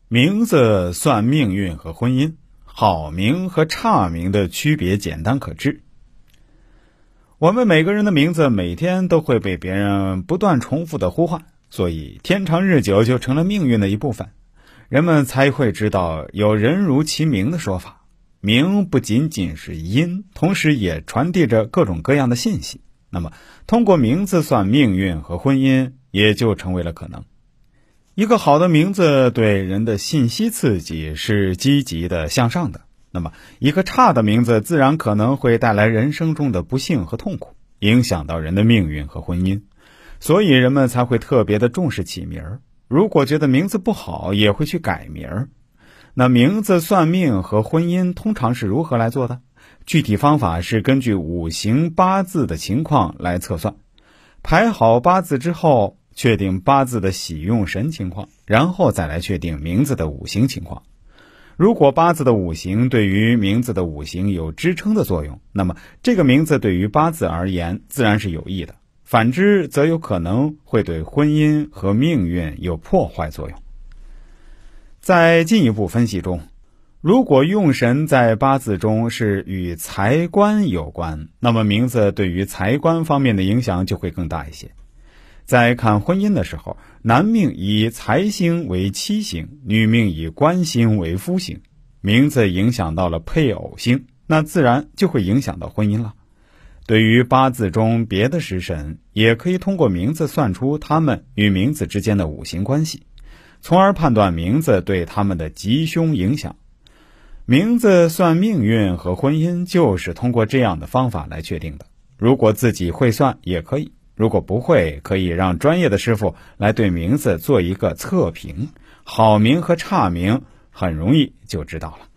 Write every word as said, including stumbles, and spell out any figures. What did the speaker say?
名字算命运和婚姻，好名和差名的区别简单可知。我们每个人的名字每天都会被别人不断重复的呼唤，所以天长日久就成了命运的一部分。人们才会知道有人如其名的说法，名不仅仅是音，同时也传递着各种各样的信息。那么通过名字算命运和婚姻也就成为了可能。一个好的名字对人的信息刺激是积极的向上的，那么一个差的名字自然可能会带来人生中的不幸和痛苦，影响到人的命运和婚姻。所以人们才会特别的重视起名儿，如果觉得名字不好也会去改名儿。那名字算命和婚姻通常是如何来做的？具体方法是根据五行八字的情况来测算，排好八字之后确定八字的喜用神情况，然后再来确定名字的五行情况。如果八字的五行对于名字的五行有支撑的作用，那么这个名字对于八字而言自然是有益的，反之则有可能会对婚姻和命运有破坏作用。在进一步分析中，如果用神在八字中是与财官有关，那么名字对于财官方面的影响就会更大一些。在看婚姻的时候，男命以财星为妻星，女命以官星为夫星，名字影响到了配偶星，那自然就会影响到婚姻了。对于八字中别的食神，也可以通过名字算出他们与名字之间的五行关系，从而判断名字对他们的吉凶影响。名字算命运和婚姻就是通过这样的方法来确定的。如果自己会算也可以，如果不会，可以让专业的师傅来对名字做一个测评，好名和差名很容易就知道了。